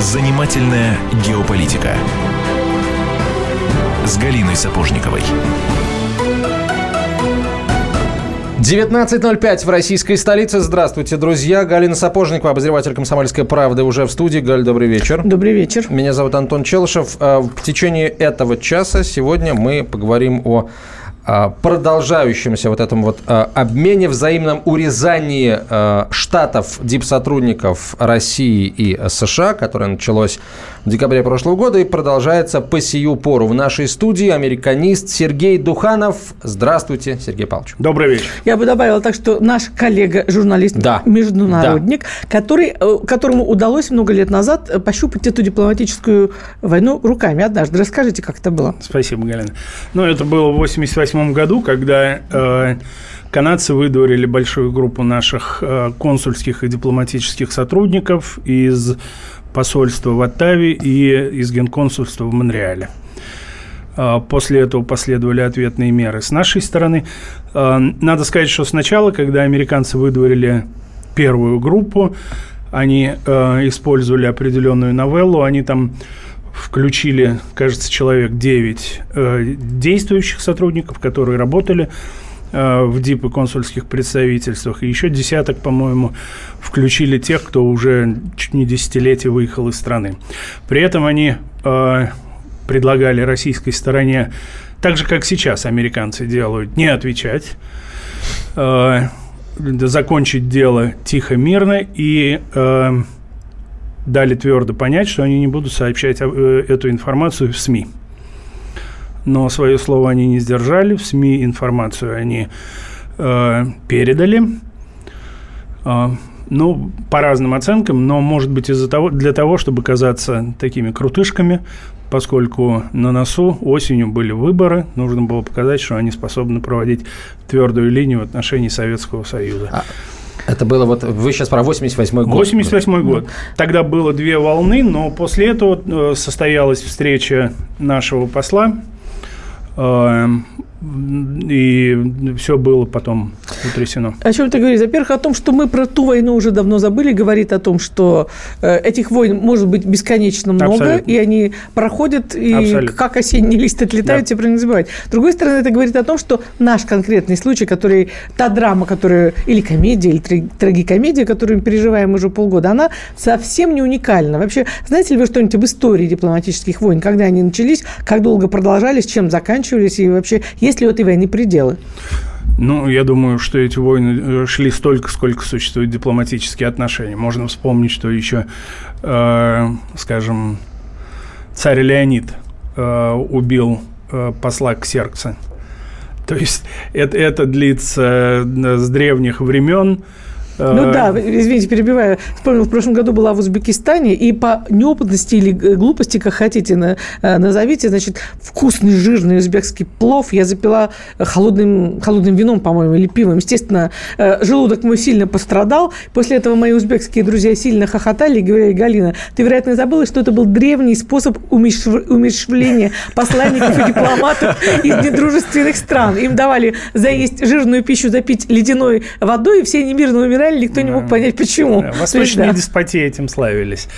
Занимательная геополитика с Галиной Сапожниковой. 19:05 в российской столице. Здравствуйте, друзья. Галина Сапожникова, обозреватель «Комсомольской правды», уже в студии. Галь, добрый вечер. Добрый вечер. Меня зовут Антон Челышев. В течение этого часа сегодня мы поговорим о продолжающемся вот этом вот обмене, взаимном урезании штатов дипсотрудников России и США, которое началось в декабре прошлого года и продолжается по сию пору. В нашей студии американист Сергей Духанов. Здравствуйте, Сергей Павлович. Добрый вечер. Я бы добавила так, что наш коллега, журналист, международник, которому удалось много лет назад пощупать эту дипломатическую войну руками однажды. Расскажите, как это было. Спасибо, Галина. Это было в 1988 году, когда канадцы выдворили большую группу наших консульских и дипломатических сотрудников из посольства в Оттаве и из генконсульства в Монреале. После этого последовали ответные меры с нашей стороны. Надо сказать, что сначала, когда американцы выдворили первую группу, они использовали определенную новеллу, они там включили, кажется, человек 9 действующих сотрудников, которые работали в дип и консульских представительствах, и еще десяток, по-моему, включили тех, кто уже чуть не десятилетие выехал из страны. При этом они предлагали российской стороне, так же, как сейчас американцы делают, не отвечать, закончить дело тихо, мирно, и дали твердо понять, что они не будут сообщать эту информацию в СМИ. Но свое слово они не сдержали, в СМИ информацию они передали. По разным оценкам, но, может быть, для того, чтобы казаться такими крутышками, поскольку на носу осенью были выборы, нужно было показать, что они способны проводить твердую линию в отношении Советского Союза. Это было вы сейчас про 88-й год. 88-й год. Тогда было две волны, но после этого состоялась встреча нашего посла, и все было потом утрясено. О чем ты говоришь? Во-первых, о том, что мы про ту войну уже давно забыли, говорит о том, что этих войн может быть бесконечно много, абсолютно, и они проходят, и абсолютно, как осенний лист отлетают, все про них забывать. С другой стороны, это говорит о том, что наш конкретный случай, который, та драма, которая, или комедия, или трагикомедия, которую мы переживаем уже полгода, она совсем не уникальна. Вообще, знаете ли вы что-нибудь об истории дипломатических войн, когда они начались, как долго продолжались, чем заканчивались, и вообще, есть ли у этой войны пределы? Я думаю, что эти войны шли столько, сколько существуют дипломатические отношения. Можно вспомнить, что еще, скажем, царь Леонид убил посла Ксеркса. То есть это длится с древних времен. Извините, перебиваю. Вспомнил, в прошлом году была в Узбекистане, и по неопытности или глупости, как хотите, назовите, вкусный, жирный узбекский плов я запила холодным вином, по-моему, или пивом. Естественно, желудок мой сильно пострадал. После этого мои узбекские друзья сильно хохотали и говорили: Галина, ты, вероятно, забыла, что это был древний способ умерщвления посланников и дипломатов из недружественных стран. Им давали заесть жирную пищу, запить ледяной водой, и все они мирно умирали. Никто не мог понять, почему. Восточные деспотии этим славились.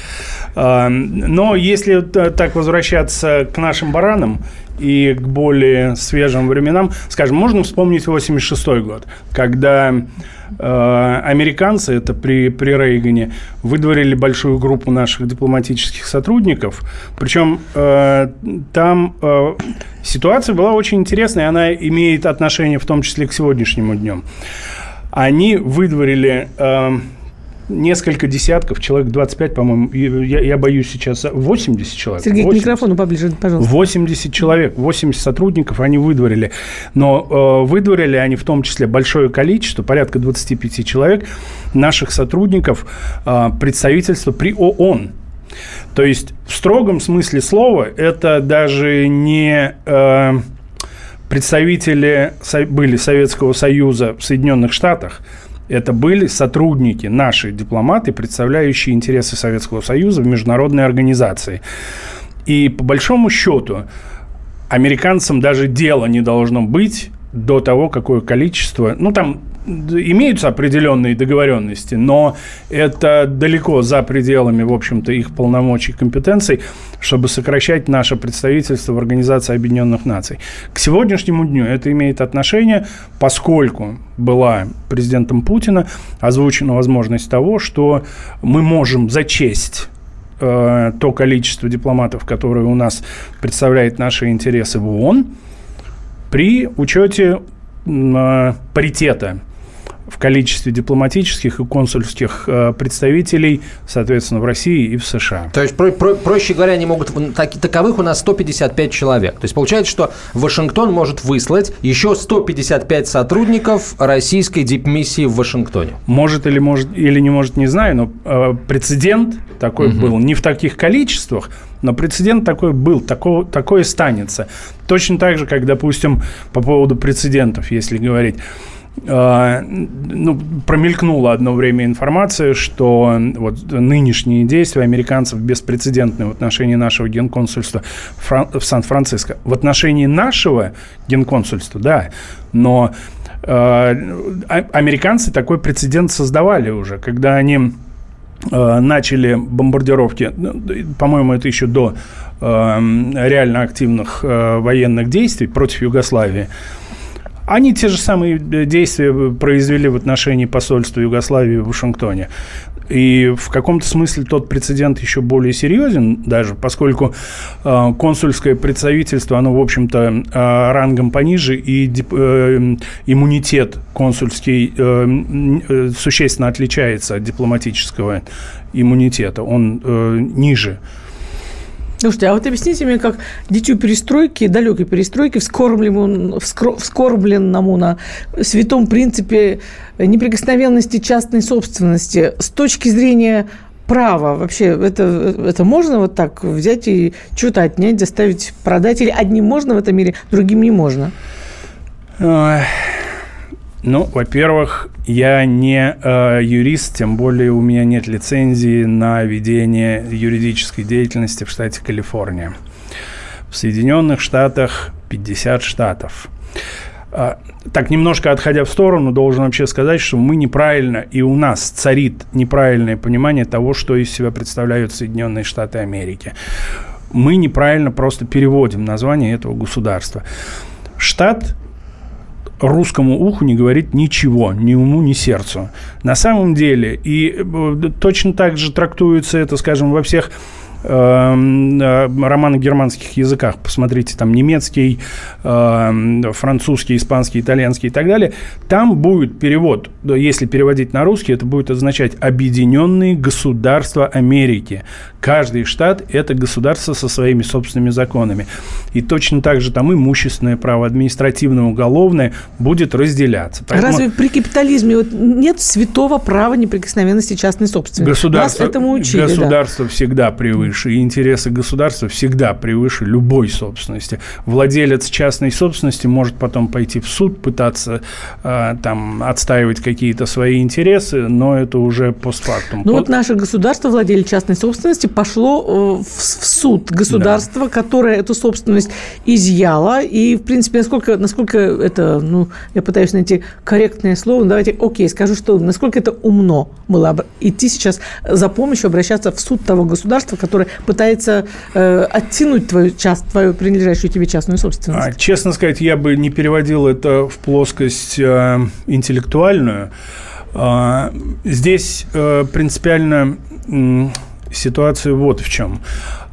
Но если так возвращаться к нашим баранам и к более свежим временам, скажем, можно вспомнить 1986 год, когда американцы, это при Рейгане, выдворили большую группу наших дипломатических сотрудников. Причем там ситуация была очень интересная, и она имеет отношение в том числе к сегодняшнему дню. Они выдворили несколько десятков, человек 25, по-моему, я боюсь сейчас, 80 человек. Сергей, 80, к микрофону поближе, пожалуйста. 80 человек, 80 сотрудников они выдворили. Но выдворили они в том числе большое количество, порядка 25 человек, наших сотрудников представительства при ООН. То есть в строгом смысле слова это даже не... представители были Советского Союза в Соединенных Штатах, это были сотрудники, наши дипломаты, представляющие интересы Советского Союза в международной организации. И по большому счету американцам даже дела не должно быть до того, какое количество... имеются определенные договоренности, но это далеко за пределами, в общем-то, их полномочий и компетенций, чтобы сокращать наше представительство в Организации Объединенных Наций. К сегодняшнему дню это имеет отношение, поскольку была президентом Путина озвучена возможность того, что мы можем зачесть то количество дипломатов, которые у нас представляют наши интересы в ООН, при учете паритета в количестве дипломатических и консульских представителей, соответственно, в России и в США. То есть, проще говоря, они могут... Таковых у нас 155 человек. То есть, получается, что Вашингтон может выслать еще 155 сотрудников российской дипмиссии в Вашингтоне. Может или не может, не знаю, но прецедент такой был. Не в таких количествах, но прецедент такой был. Такое станется. Точно так же, как, допустим, по поводу прецедентов, если говорить... промелькнула одно время информация, что вот нынешние действия американцев беспрецедентны в отношении нашего генконсульства в Сан-Франциско. В отношении нашего генконсульства, да, но американцы такой прецедент создавали уже, когда они начали бомбардировки, по-моему, это еще до реально активных военных действий против Югославии. Они те же самые действия произвели в отношении посольства Югославии в Вашингтоне. И в каком-то смысле тот прецедент еще более серьезен даже, поскольку консульское представительство, оно, в общем-то, рангом пониже, и иммунитет консульский существенно отличается от дипломатического иммунитета. Он ниже. Слушайте, а вот объясните мне, как дитю перестройки, далекой перестройки, вскормленному на святом принципе неприкосновенности частной собственности, с точки зрения права, вообще это можно вот так взять и что-то отнять, заставить продать? Или одним можно в этом мире, другим не можно? Во-первых, я не юрист, тем более у меня нет лицензии на ведение юридической деятельности в штате Калифорния. В Соединенных Штатах 50 штатов. Так, немножко отходя в сторону, должен вообще сказать, что мы неправильно, и у нас царит неправильное понимание того, что из себя представляют Соединенные Штаты Америки. Мы неправильно просто переводим название этого государства. Штат русскому уху не говорит ничего, ни уму, ни сердцу. На самом деле, и точно так же трактуется это, скажем, во всех романо-германских языках. Посмотрите, там немецкий, французский, испанский, итальянский и так далее. Там будет перевод, если переводить на русский, это будет означать «Объединенные государства Америки». Каждый штат – это государство со своими собственными законами. И точно так же там имущественное право, административное, уголовное будет разделяться. Поэтому... Разве при капитализме нет святого права неприкосновенности частной собственности? Нас этому учили. Государство всегда превыше. И интересы государства всегда превыше любой собственности. Владелец частной собственности может потом пойти в суд, пытаться отстаивать какие-то свои интересы, но это уже постфактум. Вот наше государство, владелец частной собственности, пошло в суд. Государство, которое эту собственность изъяло. И, в принципе, насколько это, я пытаюсь найти корректное слово, давайте, скажу, что насколько это умно было идти сейчас за помощью, обращаться в суд того государства, которое пытается оттянуть твою принадлежащую тебе частную собственность. Честно сказать, я бы не переводил это в плоскость интеллектуальную. Здесь принципиально ситуация вот в чем.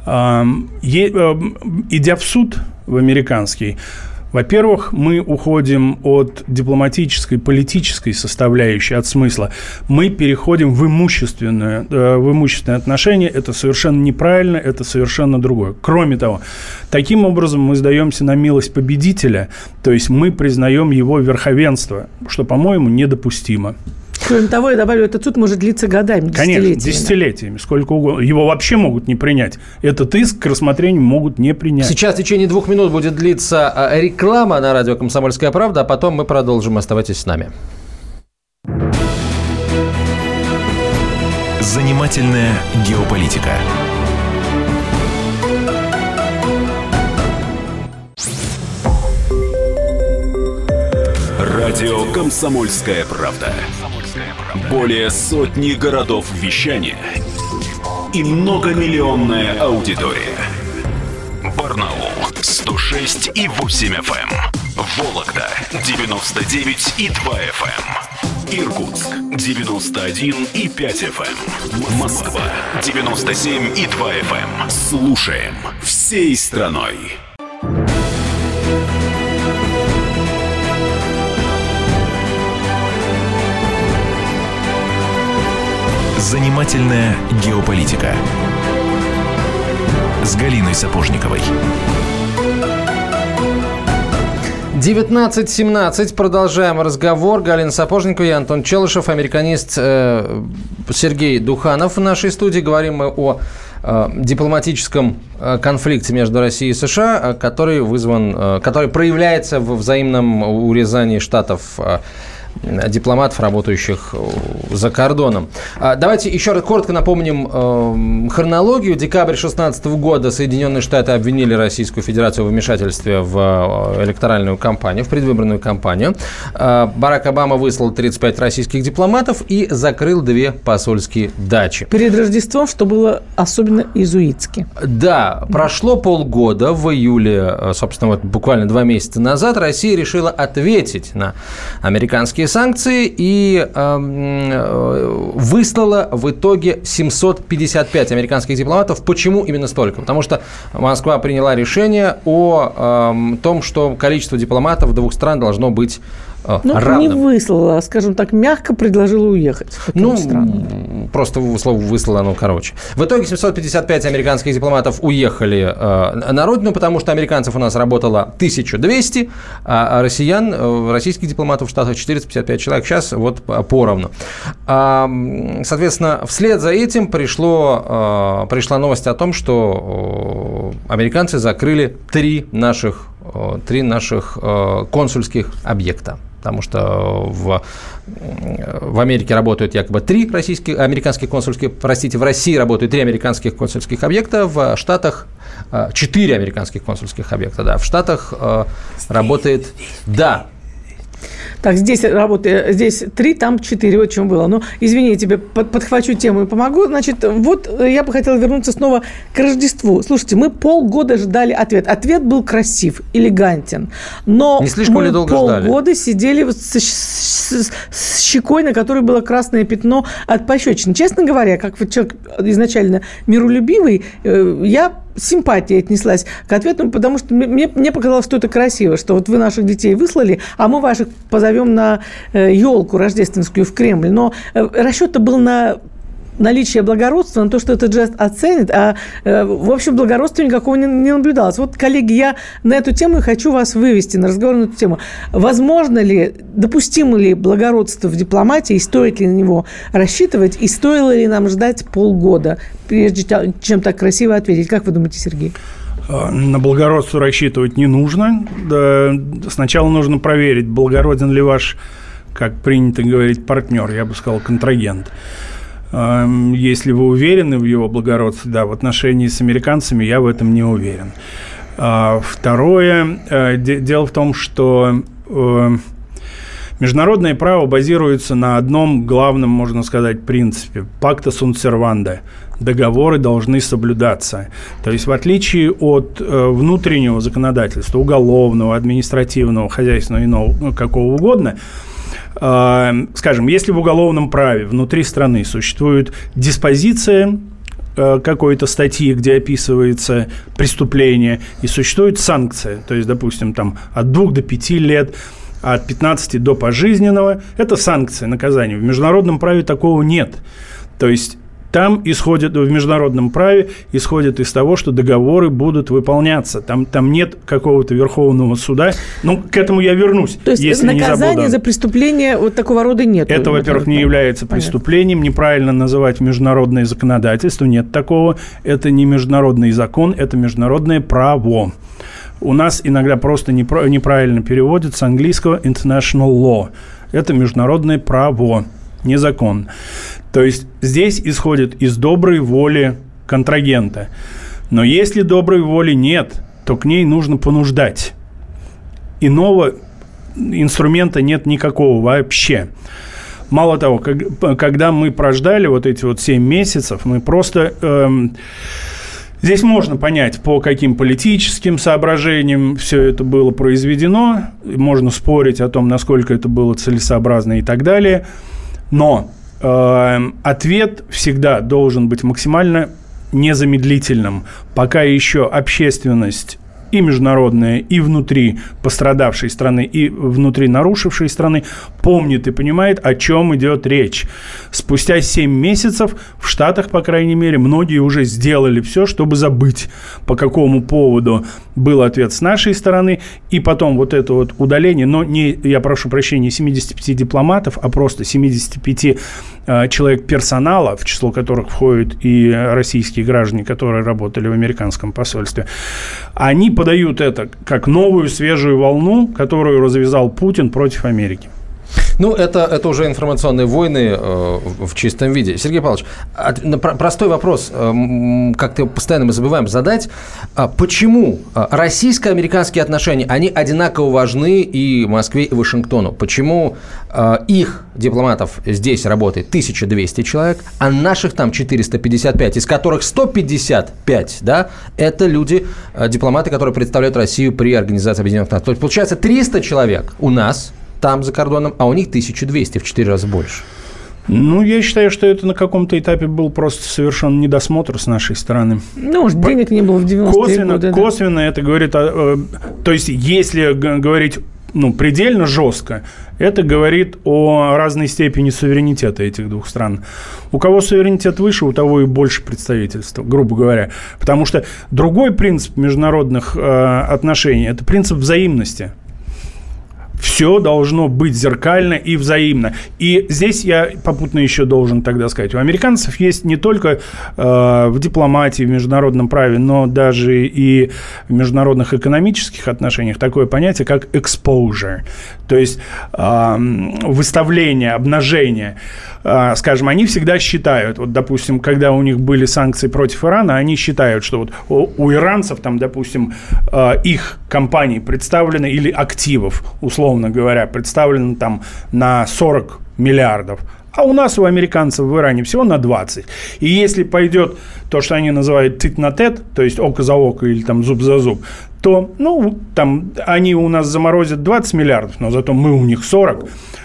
Идя в суд в американский, во-первых, мы уходим от дипломатической, политической составляющей, от смысла. Мы переходим в имущественное отношение. Это совершенно неправильно, это совершенно другое. Кроме того, таким образом мы сдаемся на милость победителя, то есть мы признаем его верховенство, что, по-моему, недопустимо. Кроме того, я добавлю, этот суд может длиться годами, десятилетиями. Конечно, десятилетиями, сколько угодно. Его вообще могут не принять. Этот иск к рассмотрению могут не принять. Сейчас в течение 2 минут будет длиться реклама на радио «Комсомольская правда», а потом мы продолжим. Оставайтесь с нами. Занимательная геополитика. Радио «Комсомольская правда». Более сотни городов вещания и многомиллионная аудитория. Барнаул 106,8 FM. Вологда 99,2 FM. Иркутск 91,5 FM. Москва 97,2 FM. Слушаем всей страной. Занимательная геополитика с Галиной Сапожниковой. 19:17. Продолжаем разговор. Галина Сапожникова и Антон Челышев, американист Сергей Духанов в нашей студии. Говорим мы о дипломатическом конфликте между Россией и США, который проявляется в взаимном урезании штатов дипломатов, работающих за кордоном. Давайте еще раз коротко напомним хронологию. Декабрь 2016 года Соединенные Штаты обвинили Российскую Федерацию в вмешательстве в электоральную кампанию, в предвыборную кампанию. Барак Обама выслал 35 российских дипломатов и закрыл 2 посольские дачи. Перед Рождеством, что было особенно иезуитски. Да, прошло полгода. В июле, собственно, вот буквально 2 месяца назад Россия решила ответить на американские санкции и выслала в итоге 755 американских дипломатов. Почему именно столько? Потому что Москва приняла решение о том, что количество дипломатов 2 стран должно быть равным. Не выслала, скажем так, мягко предложила уехать. Просто слово «выслала», короче. В итоге 755 американских дипломатов уехали на родину, потому что американцев у нас работало 1200, а российских дипломатов в Штатах 455 человек. Сейчас вот поровну. Соответственно, вслед за этим пришла новость о том, что американцы закрыли 3 наших консульских объекта. Потому что в Америке работают якобы 3 американских консульских, в России работают 3 американских консульских объекта, в Штатах 4 американских консульских объекта, да, в Штатах работает, да. Так, здесь 3, там 4, вот в чем было. Ну, извини, я тебе подхвачу тему и помогу. Значит, вот я бы хотела вернуться снова к Рождеству. Слушайте, мы полгода ждали ответ. Ответ был красив, элегантен. Но не слишком ли долго полгода ждали? Сидели с щекой, на которой было красное пятно от пощечин. Честно говоря, как вот человек изначально миролюбивый, я с симпатией отнеслась к ответу, потому что мне показалось, что это красиво, что вот вы наших детей выслали, а мы ваших позовем на елку рождественскую в Кремль. Но расчет-то был на наличие благородства, на то, что этот жест оценит, в общем, благородства никакого не наблюдалось. Вот, коллеги, я на эту тему хочу вас вывести, на разговор на эту тему. Возможно ли, допустимо ли благородство в дипломатии, стоит ли на него рассчитывать, и стоило ли нам ждать полгода, прежде чем так красиво ответить? Как вы думаете, Сергей? На благородство рассчитывать не нужно. Сначала нужно проверить, благороден ли ваш, как принято говорить, партнер, я бы сказал, контрагент. Если вы уверены в его благородстве, да, в отношении с американцами я в этом не уверен. Второе, дело в том, что международное право базируется на одном главном, можно сказать, принципе – pacta sunt servanda. Договоры должны соблюдаться. То есть, в отличие от внутреннего законодательства, уголовного, административного, хозяйственного, иного, какого угодно, скажем, если в уголовном праве внутри страны существует диспозиция какой-то статьи, где описывается преступление, и существует санкция, то есть, допустим, там от 2 до 5 лет, от 15 до пожизненного, это санкция, наказание. В международном праве такого нет. То есть там в международном праве исходят из того, что договоры будут выполняться. Там нет какого-то Верховного суда. К этому я вернусь. То есть если наказания за преступление вот такого рода нет? Это, во-первых, не является преступлением. Неправильно называть международное законодательство. Нет такого. Это не международный закон, это международное право. У нас иногда просто неправильно переводят с английского international law. Это международное право, не закон. То есть здесь исходит из доброй воли контрагента. Но если доброй воли нет, то к ней нужно понуждать. Иного инструмента нет никакого вообще. Мало того, когда мы прождали вот эти вот 7 месяцев, мы просто... Здесь можно понять, по каким политическим соображениям все это было произведено. Можно спорить о том, насколько это было целесообразно и так далее. Но ответ всегда должен быть максимально незамедлительным, пока еще общественность и международная, и внутри пострадавшей страны, и внутри нарушившей страны помнит и понимает, о чем идет речь. Спустя 7 месяцев в Штатах, по крайней мере, многие уже сделали все, чтобы забыть, по какому поводу был ответ с нашей стороны, и потом вот это вот удаление, но не, я прошу прощения, 75 дипломатов, а просто 75 человек персонала, в число которых входят и российские граждане, которые работали в американском посольстве, они подают это как новую свежую волну, которую развязал Путин против Америки. Ну, это уже информационные войны в чистом виде. Сергей Павлович, простой вопрос, как-то постоянно мы забываем задать. Почему российско-американские отношения, они одинаково важны и Москве, и Вашингтону? Почему их дипломатов здесь работает 1200 человек, а наших там 455, из которых 155, да, это люди, дипломаты, которые представляют Россию при Организации Объединенных Наций. То есть, получается, 300 человек у нас там, за кордоном, а у них 1200, в 4 раза больше. Ну, я считаю, что это на каком-то этапе был просто совершен недосмотр с нашей стороны. Ну, может, денег не было в 90-е годы. Косвенно это говорит то есть, если говорить предельно жестко, это говорит о разной степени суверенитета этих двух стран. У кого суверенитет выше, у того и больше представительства, грубо говоря. Потому что другой принцип международных отношений – это принцип взаимности. Все должно быть зеркально и взаимно. И здесь я попутно еще должен тогда сказать, у американцев есть не только в дипломатии, в международном праве, но даже и в международных экономических отношениях такое понятие, как exposure, то есть выставление, обнажение. Скажем, они всегда считают, вот, допустим, когда у них были санкции против Ирана, они считают, что вот у иранцев, там, допустим, их компании представлены, или активов, условно говоря, представлены там на 40 миллиардов, а у нас, у американцев в Иране всего на 20. И если пойдет то, что они называют тет-на-тет, то есть око за око или там зуб за зуб, то, там они у нас заморозят 20 миллиардов, но зато мы у них 40.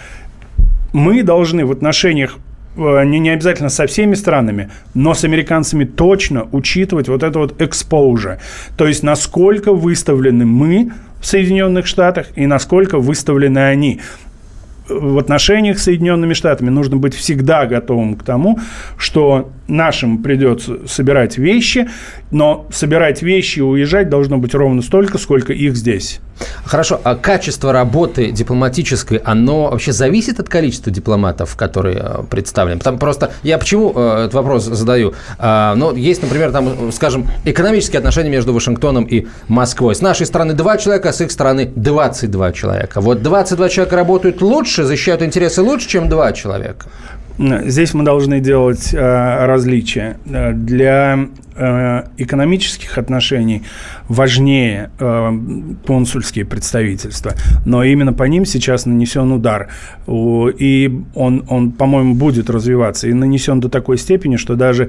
Мы должны в отношениях не обязательно со всеми странами, но с американцами точно учитывать вот это вот exposure. То есть, насколько выставлены мы в Соединенных Штатах и насколько выставлены они. В отношениях с Соединенными Штатами нужно быть всегда готовым к тому, что нашим придется собирать вещи, но собирать вещи и уезжать должно быть ровно столько, сколько их здесь. Хорошо, а качество работы дипломатической, оно вообще зависит от количества дипломатов, которые представлены? Потому просто я почему этот вопрос задаю? Есть, например, там, скажем, экономические отношения между Вашингтоном и Москвой. С нашей стороны 2 человека, с их стороны 22 человека. Вот 22 человека работают лучше, защищают интересы лучше, чем 2 человека. Здесь мы должны делать различия. Для экономических отношений важнее консульские представительства, но именно по ним сейчас нанесен удар. И он, по-моему, будет развиваться. И нанесен до такой степени, что даже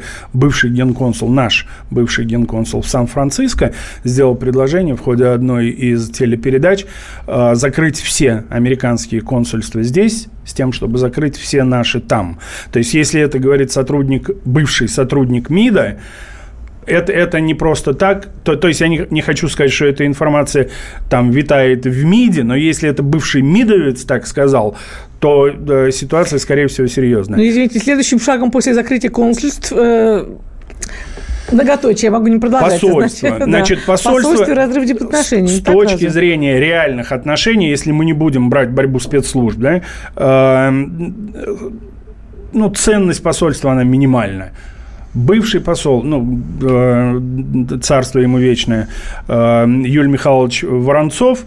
наш бывший генконсул в Сан-Франциско сделал предложение в ходе одной из телепередач закрыть все американские консульства здесь, с тем, чтобы закрыть все наши там. То есть, если это говорит бывший сотрудник МИДа, это не просто так. То есть, я не хочу сказать, что эта информация там витает в МИДе, но если это бывший МИДовец так сказал, то ситуация, скорее всего, серьезная. Извините, следующим шагом после закрытия консульств... Многоточие, я могу не продолжать. Посольство. Посольство и разрыв дипотношений. С точки зрения реальных отношений, если мы не будем брать борьбу спецслужб, ценность посольства, она минимальна. Бывший посол, царство ему вечное, Юрий Михайлович Воронцов,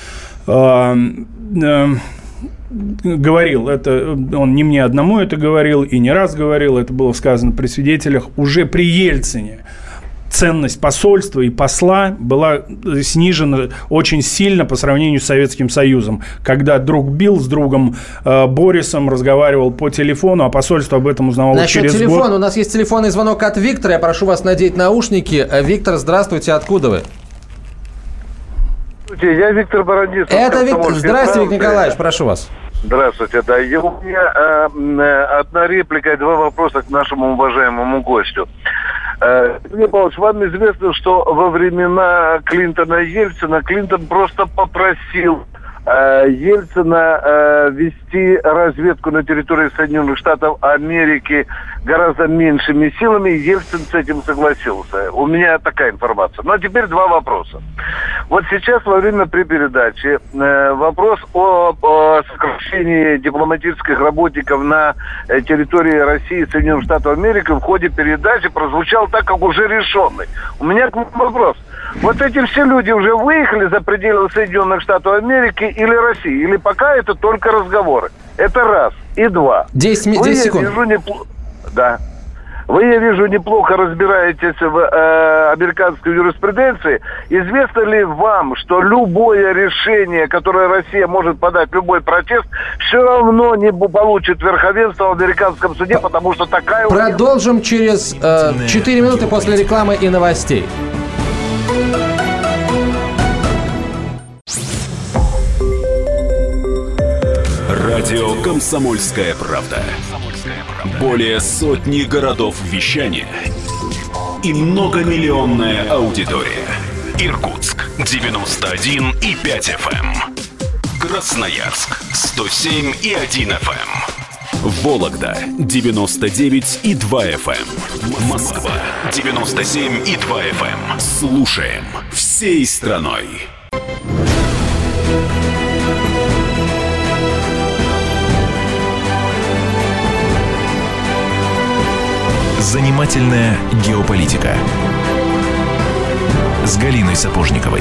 говорил, он не мне одному это говорил, и не раз говорил, это было сказано при свидетелях, уже при Ельцине. ценность посольства и посла была снижена очень сильно по сравнению с Советским Союзом, когда друг Билл с другом Борисом разговаривал по телефону, а посольство об этом узнавало через год. Насчет телефона. У нас есть телефонный звонок от Виктора. Я прошу вас надеть наушники. Виктор, здравствуйте. Откуда вы? Здравствуйте, я Виктор Баранец. Это Виктор. Здравствуйте, Виктор Николаевич. Прошу вас. Здравствуйте, да. И у меня одна реплика и два вопроса к нашему уважаемому гостю. Сергей Павлович, вам известно, что во времена Клинтона и Ельцина Клинтон просто попросил Ельцина вести разведку на территории Соединенных Штатов Америки гораздо меньшими силами, и Ельцин с этим согласился. У меня такая информация. Ну, а теперь два вопроса. Вот сейчас во время передачи вопрос о сокращении дипломатических работников на территории России и Соединенных Штатов Америки в ходе передачи прозвучал так, как уже решенный. У меня к вам вопрос. Вот эти все люди уже выехали за пределы Соединенных Штатов Америки или России? Или пока это только разговоры? Это раз. И два. 10 секунд. Да. Вы, я вижу, неплохо разбираетесь в американской юриспруденции. Известно ли вам, что любое решение, которое Россия может подать, любой протест, все равно не получит верховенство в американском суде, потому что такая... Продолжим через 4 минуты после рекламы и новостей. Радио «Комсомольская правда». Более сотни городов вещания и многомиллионная аудитория. Иркутск 91,5 FM. Красноярск 107,1 FM. Вологда 99,2 FM. Москва 97,2 FM. Слушаем всей страной. Занимательная геополитика с Галиной Сапожниковой.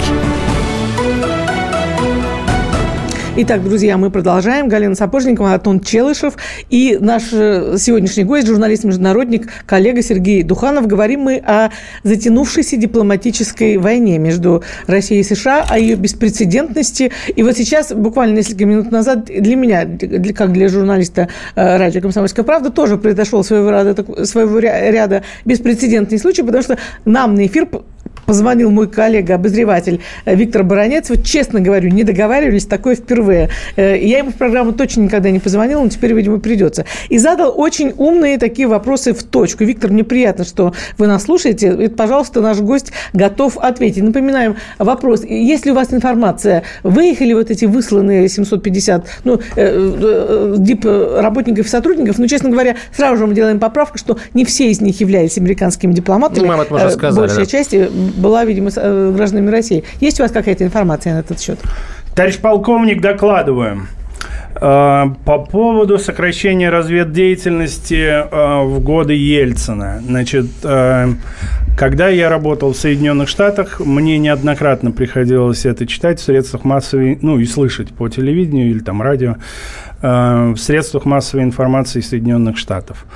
Итак, друзья, мы продолжаем. Галина Сапожникова, Антон Челышев и наш сегодняшний гость, журналист-международник, коллега Сергей Духанов. Говорим мы о затянувшейся дипломатической войне между Россией и США, о ее беспрецедентности. И вот сейчас, буквально несколько минут назад, для меня, как для журналиста радио «Комсомольская правда», тоже произошел своего ряда беспрецедентный случай, потому что нам на эфир позвонил мой коллега-обозреватель Виктор Баранец. Вот, честно говорю, не договаривались, такое впервые. Я ему в программу точно никогда не позвонила, но теперь, видимо, придется. И задал очень умные такие вопросы в точку. Виктор, мне приятно, что вы нас слушаете. И, пожалуйста, наш гость готов ответить. Напоминаем вопрос. Есть ли у вас информация, выехали вот эти высланные 750 работников и сотрудников? Ну, честно говоря, сразу же мы делаем поправку, что не все из них являлись американскими дипломатами. Мы об этом уже сказали, большая часть была, видимо, гражданами России. Есть у вас какая-то информация на этот счет? Товарищ полковник, докладываю. По поводу сокращения разведдеятельности в годы Ельцина. Значит, когда я работал в Соединенных Штатах, мне неоднократно приходилось это читать в средствах массовой, и слышать по телевидению или там радио, в средствах массовой информации Соединенных Штатов.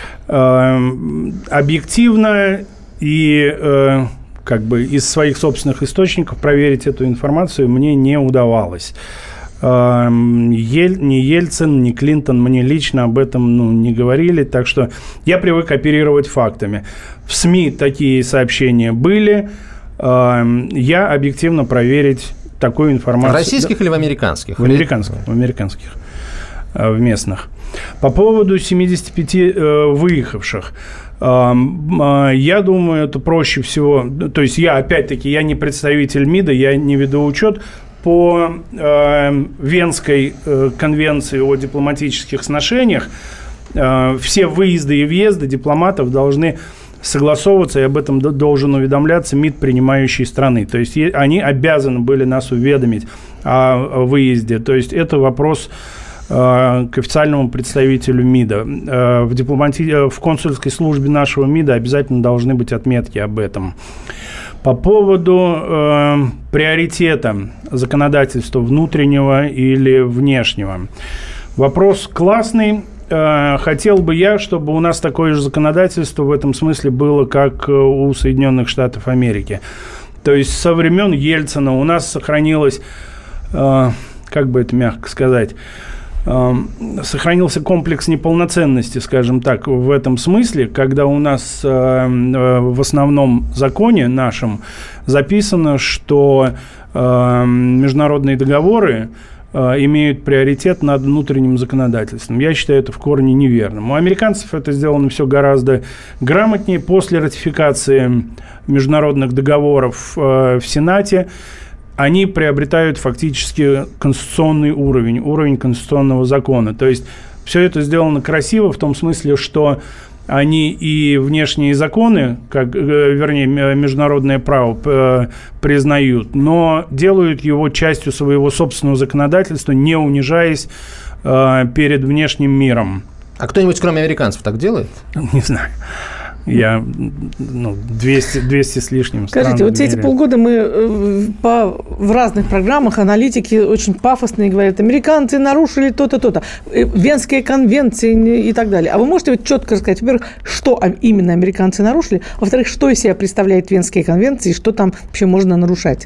Объективно и из своих собственных источников проверить эту информацию мне не удавалось. Ни Ельцин, ни Клинтон мне лично об этом не говорили, так что я привык оперировать фактами. В СМИ такие сообщения были, я объективно проверить такую информацию. В российских или в американских? В американских, в местных. По поводу 75 выехавших. Я думаю, это проще всего. То есть я не представитель МИДа, я не веду учет. По Венской конвенции о дипломатических сношениях все выезды и въезды дипломатов должны согласовываться, и об этом должен уведомляться МИД принимающей страны. То есть они обязаны были нас уведомить о выезде. То есть это вопрос к официальному представителю МИДа. В консульской службе нашего МИДа обязательно должны быть отметки об этом. По поводу приоритета законодательства внутреннего или внешнего. Вопрос классный. хотел бы я, чтобы у нас такое же законодательство в этом смысле было, как у Соединенных Штатов Америки. То есть со времен Ельцина у нас сохранилось, как бы это мягко сказать, сохранился комплекс неполноценности, скажем так, в этом смысле, когда у нас в основном законе нашем записано, что международные договоры имеют приоритет над внутренним законодательством. Я считаю это в корне неверным. У американцев это сделано все гораздо грамотнее. После ратификации международных договоров в Сенате они приобретают фактически конституционный уровень конституционного закона. То есть все это сделано красиво в том смысле, что они и внешние законы, международное право признают, но делают его частью своего собственного законодательства, не унижаясь перед внешним миром. А кто-нибудь, кроме американцев, так делает? Не знаю. Я 200 с лишним стран. Скажите, вот все эти полгода мы в разных программах аналитики очень пафосные говорят, американцы нарушили то-то, то-то, Венские конвенции и так далее. А вы можете вот четко рассказать, во-первых, что именно американцы нарушили, во-вторых, что из себя представляют Венские конвенции и что там вообще можно нарушать?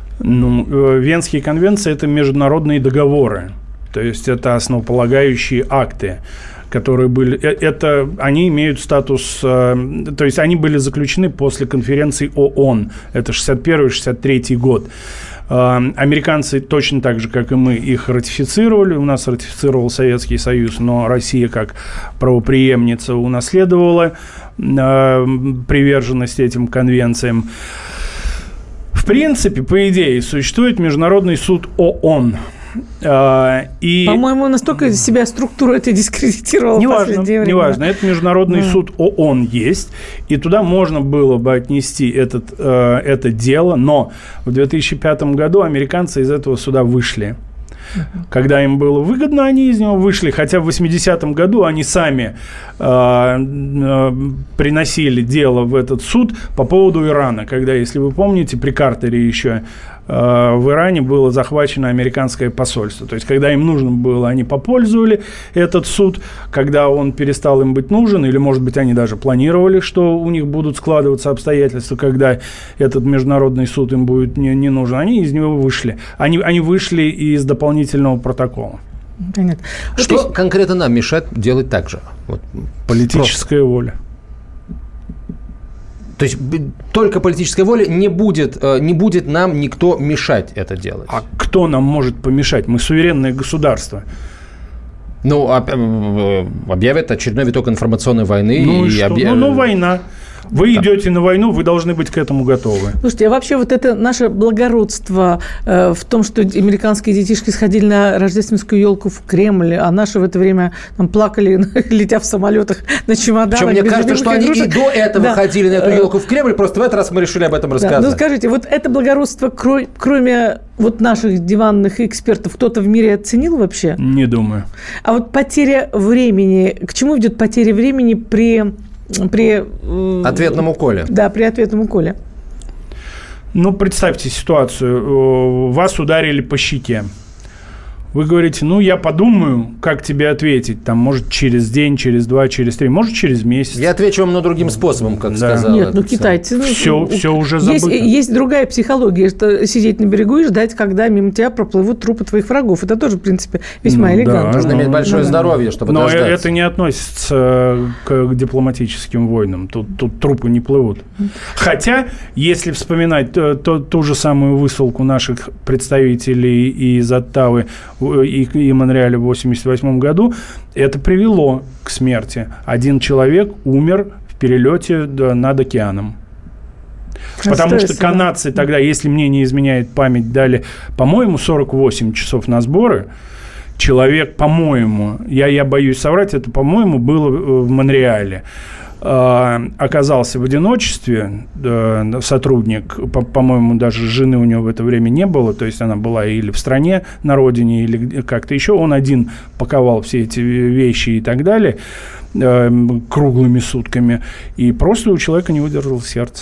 Венские конвенции – это международные договоры, то есть это основополагающие акты, которые были, они имеют статус, то есть они были заключены после конференции ООН, это 61-63 год. Американцы точно так же, как и мы, их ратифицировали, у нас ратифицировал Советский Союз, но Россия как правопреемница унаследовала приверженность этим конвенциям. В принципе, по идее, существует Международный суд ООН. По-моему, настолько себя структуру это дискредитировала в последнее время. Неважно, это Международный суд ООН есть, и туда можно было бы отнести это дело, но в 2005 году американцы из этого суда вышли. Когда им было выгодно, они из него вышли, хотя в 80-м году они сами приносили дело в этот суд по поводу Ирана, когда, если вы помните, при Картере еще в Иране было захвачено американское посольство. То есть, когда им нужно было, они попользовали этот суд. Когда он перестал им быть нужен, или, может быть, они даже планировали, что у них будут складываться обстоятельства, когда этот международный суд им будет не нужен, они из него вышли. Они вышли из дополнительного протокола. Понятно. Что конкретно нам мешает делать так же? Вот, политическая воля. То есть только политическая воля, не будет нам никто мешать это делать. А кто нам может помешать? Мы суверенное государство. Ну, объявят очередной виток информационной войны. Ну и что? Война. Вы идете на войну, вы должны быть к этому готовы. Слушайте, а вообще вот это наше благородство в том, что американские детишки сходили на рождественскую елку в Кремль, а наши в это время там плакали, летя в самолетах на чемоданах. Причем мне кажется, что они и до этого ходили на эту елку в Кремль, просто в этот раз мы решили об этом рассказать. Ну скажите, вот это благородство, кроме вот наших диванных экспертов, кто-то в мире оценил вообще? Не думаю. А вот потеря времени, к чему ведет потеря времени при ответном уколе. Да, при ответном уколе. Ну, представьте ситуацию. Вас ударили по щеке. Вы говорите, я подумаю, как тебе ответить. Там, может, через день, через 2, через 3, может, через месяц. Я отвечу вам другим способом, как сказал. Нет, китайцы... Все уже забыто. Есть другая психология, что сидеть на берегу и ждать, когда мимо тебя проплывут трупы твоих врагов. Это тоже, в принципе, весьма элегантно. Нужно иметь большое здоровье, чтобы дождаться. Но это не относится к дипломатическим войнам. Тут трупы не плывут. Хотя, если вспоминать ту же самую высылку наших представителей из Оттавы и Монреаля в 1988 году, это привело к смерти. Один человек умер в перелете над океаном. Потому что канадцы тогда, если мне не изменяет память, дали, по-моему, 48 часов на сборы. Человек, по-моему, я боюсь соврать, это, по-моему, было в Монреале. Оказался в одиночестве, сотрудник, по-моему, даже жены у него в это время не было, то есть она была или в стране, на родине, или как-то еще. Он один паковал все эти вещи и так далее круглыми сутками, и просто у человека не выдержало сердце.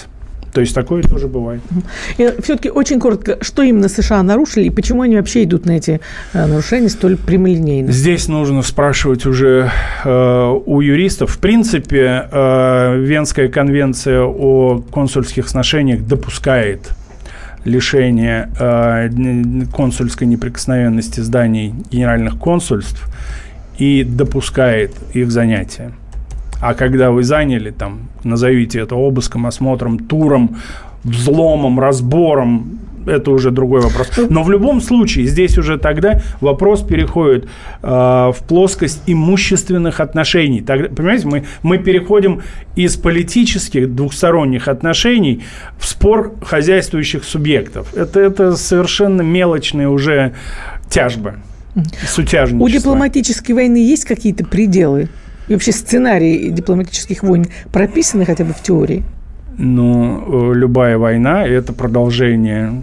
То есть такое тоже бывает. И все-таки очень коротко, что именно США нарушили и почему они вообще идут на эти нарушения столь прямолинейно? Здесь нужно спрашивать уже у юристов. В принципе, Венская конвенция о консульских сношениях допускает лишение консульской неприкосновенности зданий генеральных консульств и допускает их занятие. А когда вы заняли, там, назовите это обыском, осмотром, туром, взломом, разбором, это уже другой вопрос. Но в любом случае здесь уже тогда вопрос переходит в плоскость имущественных отношений. Тогда, понимаете, мы переходим из политических двухсторонних отношений в спор хозяйствующих субъектов. Это совершенно мелочные уже тяжбы, сутяжничество. У дипломатической войны есть какие-то пределы? И вообще сценарии дипломатических войн прописаны хотя бы в теории? Ну, любая война – это продолжение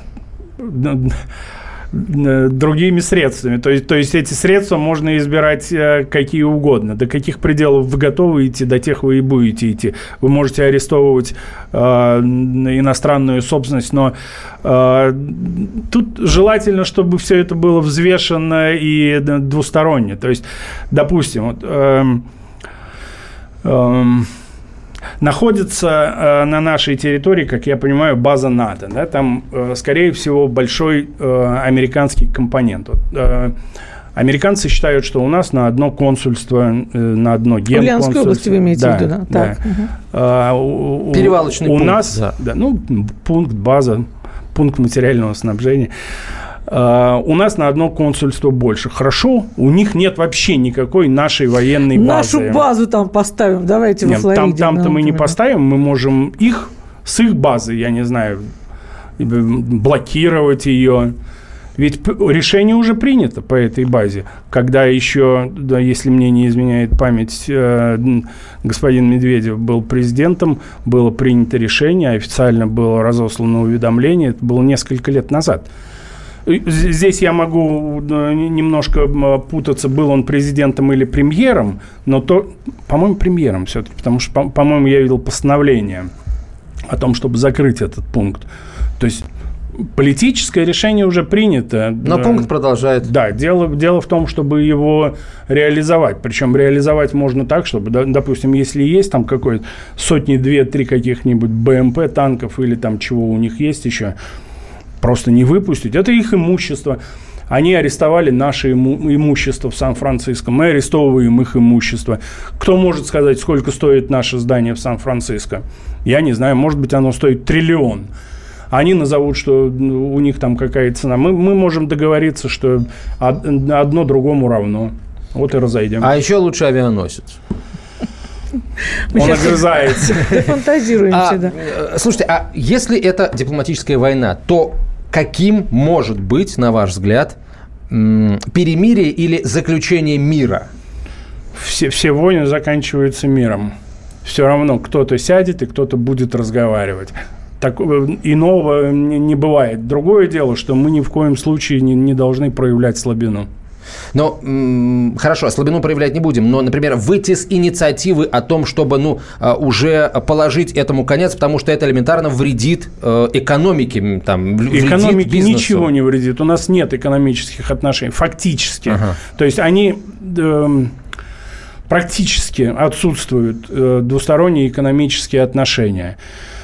другими средствами. То есть эти средства можно избирать какие угодно. До каких пределов вы готовы идти, до тех вы и будете идти. Вы можете арестовывать иностранную собственность, но тут желательно, чтобы все это было взвешено и двусторонне. То есть, допустим, находится на нашей территории, как я понимаю, база НАТО. Да? Там, скорее всего, большой американский компонент. Американцы считают, что у нас на одно консульство, на одно генконсульство. В Ульяновской области вы имеете в виду, да? Так. Перевалочный пункт. У нас, пункт, база, пункт материального снабжения. У нас на одно консульство больше. Хорошо, у них нет вообще никакой нашей военной базы. Нашу базу там поставим, давайте во Флориде. Там-то мы не поставим, мы можем их с их базы, я не знаю, блокировать ее. Ведь решение уже принято по этой базе. Когда еще, да, если мне не изменяет память, господин Медведев был президентом, было принято решение, официально было разослано уведомление, это было несколько лет назад. Здесь я могу немножко путаться, был он президентом или премьером, но по-моему, премьером все-таки, потому что, по-моему, я видел постановление о том, чтобы закрыть этот пункт. То есть политическое решение уже принято. Но пункт продолжает. Да, дело в том, чтобы его реализовать. Причем реализовать можно так, чтобы, допустим, если есть там какой-то сотни, 2-3 каких-нибудь БМП, танков или там чего у них есть еще, просто не выпустить. Это их имущество. Они арестовали наше имущество в Сан-Франциско. Мы арестовываем их имущество. Кто может сказать, сколько стоит наше здание в Сан-Франциско? Я не знаю. Может быть, оно стоит 1 триллион. Они назовут, что у них там какая цена. Мы можем договориться, что одно другому равно. Вот и разойдем. А еще лучше авианосец. Он огрызается. Фантазируемся, да. Слушайте, а если это дипломатическая война, то каким может быть, на ваш взгляд, перемирие или заключение мира? Все войны заканчиваются миром. Все равно кто-то сядет и кто-то будет разговаривать. Иного не бывает. Другое дело, что мы ни в коем случае не должны проявлять слабину. Но, хорошо, слабину проявлять не будем, но, например, выйти с инициативы о том, чтобы, уже положить этому конец, потому что это элементарно вредит экономике, там, вредит экономике бизнесу. Ничего не вредит. У нас нет экономических отношений, фактически. Ага. То есть они практически отсутствуют двусторонние экономические отношения.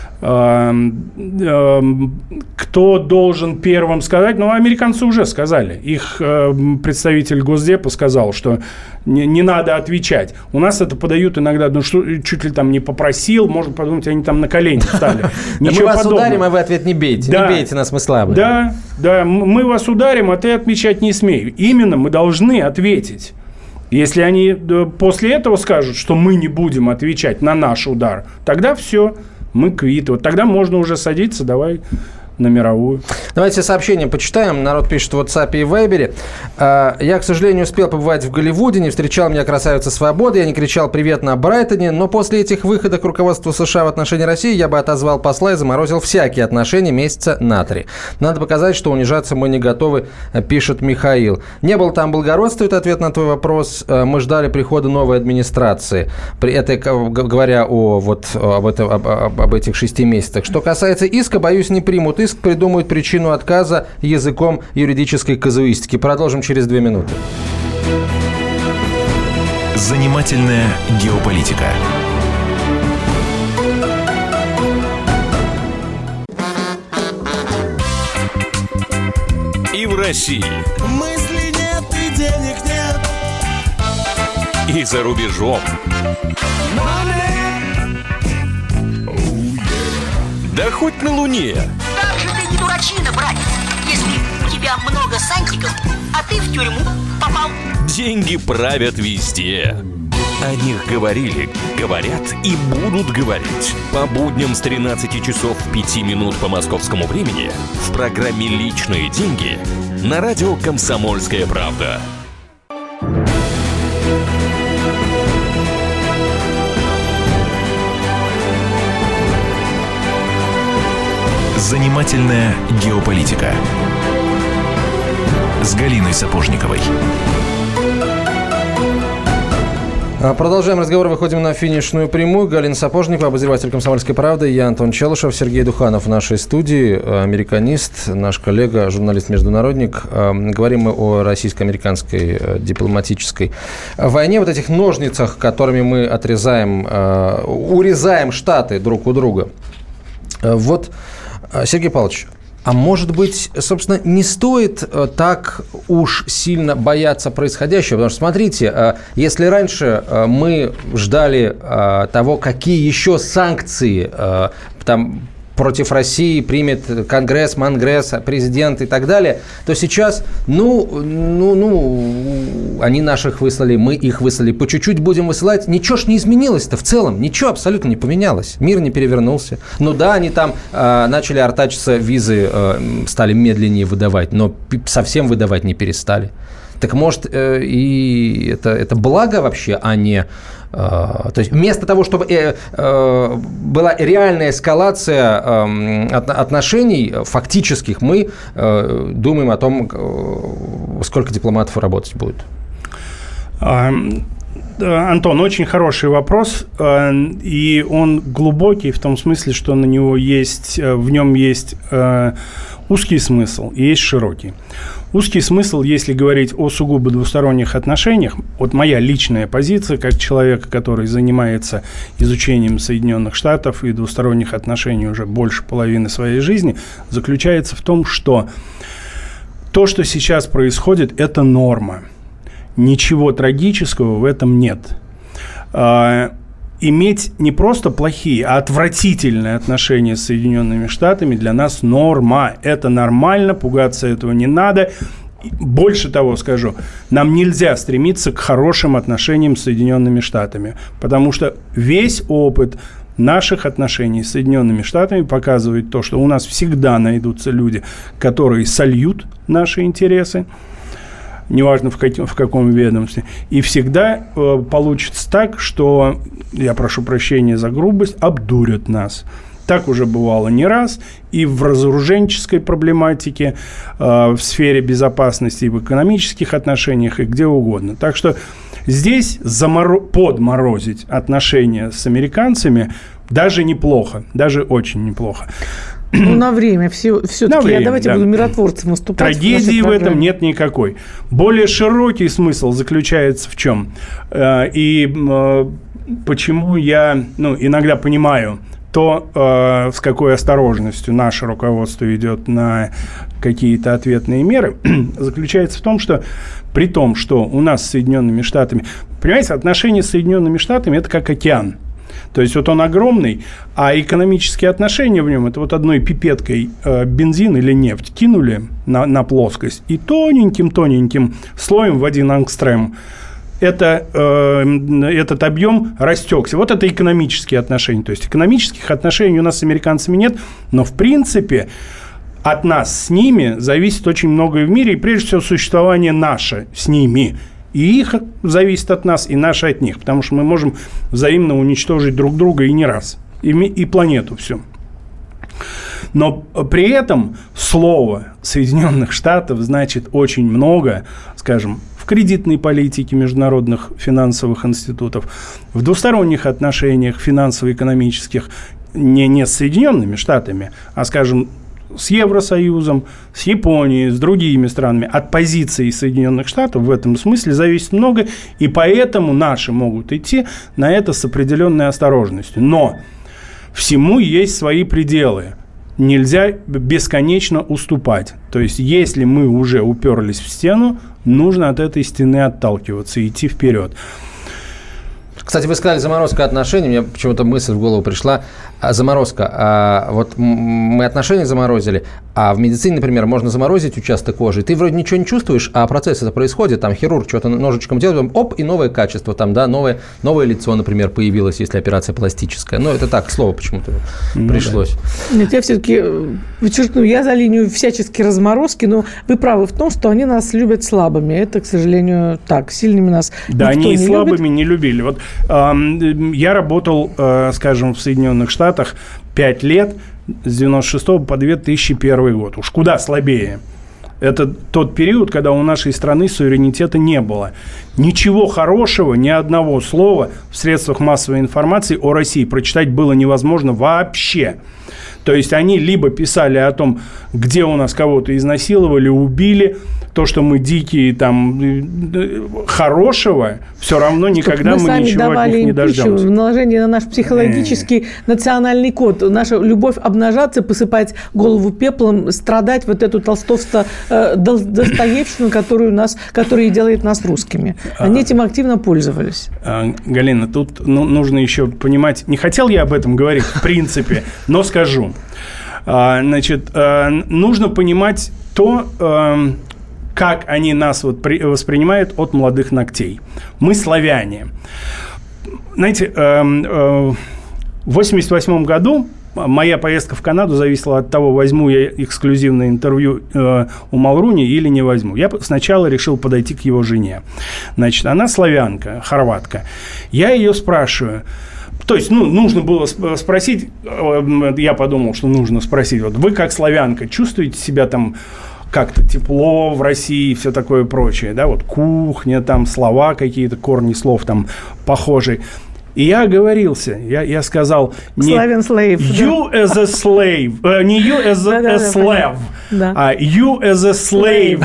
Кто должен первым сказать? Американцы уже сказали. Их представитель Госдепа сказал, что не надо отвечать. У нас это подают иногда, чуть ли там не попросил, можно подумать, они там на колени встали. Мы вас ударим, а вы ответ не бейте. Не бейте нас, мы слабые. Да, мы вас ударим, а ты отвечать не смей. Именно мы должны ответить. Если они после этого скажут, что мы не будем отвечать на наш удар, тогда все. Мы квиты. Вот тогда можно уже садиться, давай на мировую. Давайте сообщения почитаем. Народ пишет в WhatsApp и Viber. Я, к сожалению, не успел побывать в Голливуде, не встречал меня красавица свободы, я не кричал «Привет» на Брайтоне, но после этих выходок руководства США в отношении России я бы отозвал посла и заморозил всякие отношения месяца на 3. Надо показать, что унижаться мы не готовы, пишет Михаил. Не было там благородства, это ответ на твой вопрос. Мы ждали прихода новой администрации. Это говоря об этих 6 месяцах. Что касается иска, боюсь, не примут иск, придумают причину отказа языком юридической казуистики. Продолжим через 2 минуты. Занимательная геополитика. И в России. Мысли нет и денег нет. И за рубежом. Да хоть на Луне. Как же ты не дурачина, братец, если у тебя много сантиков, а ты в тюрьму попал. Деньги правят везде. О них говорили, говорят и будут говорить. По будням с 13 часов 5 минут по московскому времени в программе «Личные деньги» на радио «Комсомольская правда». Занимательная геополитика с Галиной Сапожниковой. Продолжаем разговор, выходим на финишную прямую. Галина Сапожникова, обозреватель «Комсомольской правды», я Антон Челышев, Сергей Духанов в нашей студии, американист, наш коллега, журналист-международник. Говорим мы о российско-американской дипломатической войне, вот этих ножницах, которыми мы урезаем штаты друг у друга. Вот, Сергей Павлович, а может быть, собственно, не стоит так уж сильно бояться происходящего? Потому что, смотрите, если раньше мы ждали того, какие еще санкции там против России примет Конгресс, Монгресс, президент и так далее, то сейчас, они наших выслали, мы их выслали, по чуть-чуть будем высылать. Ничего ж не изменилось-то в целом, ничего абсолютно не поменялось. Мир не перевернулся. Ну да, они там начали артачиться, визы стали медленнее выдавать, но совсем выдавать не перестали. Так может, и это благо вообще, а не... То есть вместо того, чтобы была реальная эскалация отношений фактических, мы думаем о том, сколько дипломатов работать будет. Антон, очень хороший вопрос, и он глубокий в том смысле, что в нем есть узкий смысл и есть широкий. Узкий смысл, если говорить о сугубо двусторонних отношениях, вот моя личная позиция, как человека, который занимается изучением Соединенных Штатов и двусторонних отношений уже больше половины своей жизни, заключается в том, что то, что сейчас происходит, это норма. Ничего трагического в этом нет. Иметь не просто плохие, а отвратительные отношения с Соединенными Штатами для нас норма. Это нормально, пугаться этого не надо. Больше того скажу, нам нельзя стремиться к хорошим отношениям с Соединенными Штатами, потому что весь опыт наших отношений с Соединенными Штатами показывает то, что у нас всегда найдутся люди, которые сольют наши интересы, неважно в каком ведомстве, и всегда получится так, что, я прошу прощения за грубость, обдурят нас. Так уже бывало не раз и в разоруженческой проблематике, в сфере безопасности, и в экономических отношениях, и где угодно. Так что здесь подморозить отношения с американцами даже неплохо, даже очень неплохо. На время все-таки. Давайте буду миротворцем выступать. Трагедии в этом нет никакой. Более широкий смысл заключается в чем? И почему я иногда понимаю то, с какой осторожностью наше руководство идет на какие-то ответные меры, заключается в том, что при том, что у нас с Соединенными Штатами, понимаете, отношения с Соединенными Штатами – это как океан. То есть вот он огромный, а экономические отношения в нем – это вот одной пипеткой бензин или нефть кинули на плоскость и тоненьким слоем в один ангстрем этот объем растекся. Вот это экономические отношения. То есть экономических отношений у нас с американцами нет, но в принципе от нас с ними зависит очень многое в мире, и прежде всего существование наше с ними. И их зависит от нас, и наше от них, потому что мы можем взаимно уничтожить друг друга и не раз, и планету всю. Но при этом слово Соединенных Штатов значит очень много, скажем, в кредитной политике международных финансовых институтов, в двусторонних отношениях финансово-экономических, не с Соединенными Штатами, а, скажем, с Евросоюзом, с Японией, с другими странами. От позиции Соединенных Штатов в этом смысле зависит много, и поэтому наши могут идти на это с определенной осторожностью. Но всему есть свои пределы. Нельзя бесконечно уступать. То есть, если мы уже уперлись в стену, нужно от этой стены отталкиваться и идти вперед. Кстати, вы сказали заморозка отношений, мне почему-то мысль в голову пришла. Заморозка. Вот мы отношения заморозили, а в медицине, например, можно заморозить участок кожи. Ты вроде ничего не чувствуешь, а процесс это происходит. Там хирург что-то ножичком делает, оп, и новое качество. Там, да, новое лицо, например, появилось, если операция пластическая. Ну, это так, к слову, почему-то пришлось. Да. Нет, я все-таки подчеркну, я за линию всячески разморозки, но вы правы в том, что они нас любят слабыми. Это, к сожалению, так. Сильными нас да, никто они и слабыми любит. не любили. Вот я работал, скажем, в Соединенных Штатах 5 лет, с 96 по 2001 год. Уж куда слабее. Это тот период, когда у нашей страны суверенитета не было. Ничего хорошего, ни одного слова в средствах массовой информации о России прочитать было невозможно вообще. То есть они либо писали о том, где у нас кого-то изнасиловали, убили, то, что мы дикие, там, хорошего, все равно никогда мы ничего от них не дождемся. Наложение на наш психологический национальный код. Наша любовь обнажаться, посыпать голову пеплом, страдать вот эту Достоевщину, которая делает нас русскими. Они этим активно пользовались. Галина, тут нужно еще понимать, не хотел я об этом говорить в принципе, но скажу. Значит, нужно понимать то, как они нас воспринимают от молодых ногтей. Мы славяне. Знаете, в 1988 году моя поездка в Канаду зависела от того, возьму я эксклюзивное интервью у Малруни или не возьму. Я сначала решил подойти к его жене. Значит, она славянка, хорватка. Я ее спрашиваю. То есть, нужно было спросить, я подумал, что нужно спросить, вот вы как славянка чувствуете себя там как-то тепло в России и все такое прочее, да, вот кухня, там слова какие-то, корни слов там похожие. И я оговорился, я сказал, не you as a slave, не you as a slave, а you as a slave.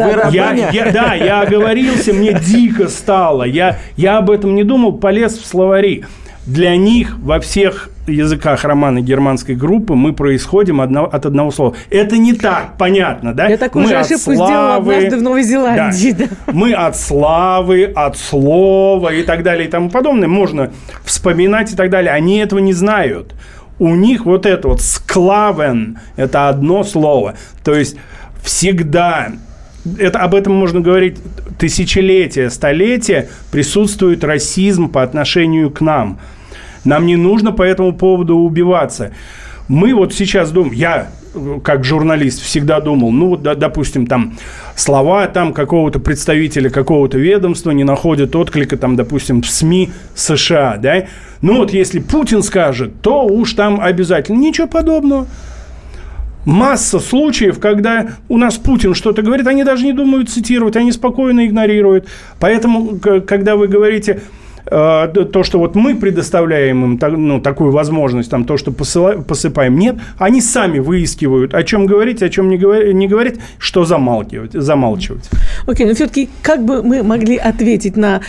Я оговорился, мне дико стало, я об этом не думал, полез в словари. Для них во всех языках романо-германской группы мы происходим от одного слова. Это не так, понятно, да? Я такую же ошибку сделала однажды в Новой Зеландии. Да. Мы от славы, от слова и так далее и тому подобное. Можно вспоминать и так далее. Они этого не знают. У них вот это вот «склавен» – это одно слово. То есть всегда... об этом можно говорить тысячелетия, столетия, присутствует расизм по отношению к нам. Нам не нужно по этому поводу убиваться. Мы вот сейчас думаем, я как журналист всегда думал, допустим, там слова там какого-то представителя какого-то ведомства не находят отклика, там, допустим, в СМИ США, да? Если Путин скажет, то уж там обязательно. Ничего подобного. Масса случаев, когда у нас Путин что-то говорит, они даже не думают цитировать, они спокойно игнорируют. Поэтому, когда вы говорите то, что вот мы предоставляем им такую возможность, там, то, что посыпаем, нет, они сами выискивают, о чем говорить, о чем не говорить, что замалчивать. Окей, но все-таки как бы мы могли ответить на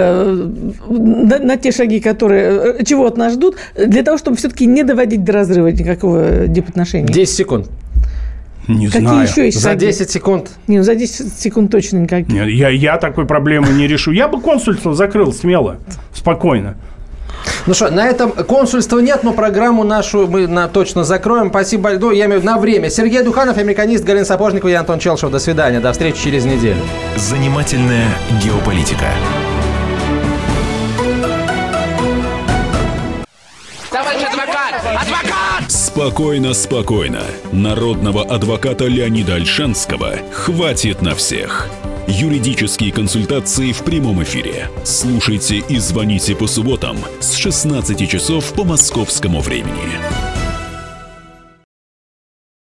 те шаги, чего от нас ждут, для того, чтобы все-таки не доводить до разрыва никакого дипотношения? 10 секунд. Не Какие знаю. еще есть за шаги? 10 секунд? Не, за 10 секунд точно никакие. Нет, я такой проблемы не решу. Я бы консульство закрыл смело, спокойно. Ну что, на этом консульства нет, но программу нашу мы точно закроем. Спасибо, я имею в виду на время. Сергей Духанов, американист, Галина Сапожникова и Антон Челшев. До свидания, до встречи через неделю. Занимательная геополитика. Товарищ адвокат! Адвокат! Спокойно, спокойно. Народного адвоката Леонида Ольшанского хватит на всех. Юридические консультации в прямом эфире. Слушайте и звоните по субботам с 16 часов по московскому времени.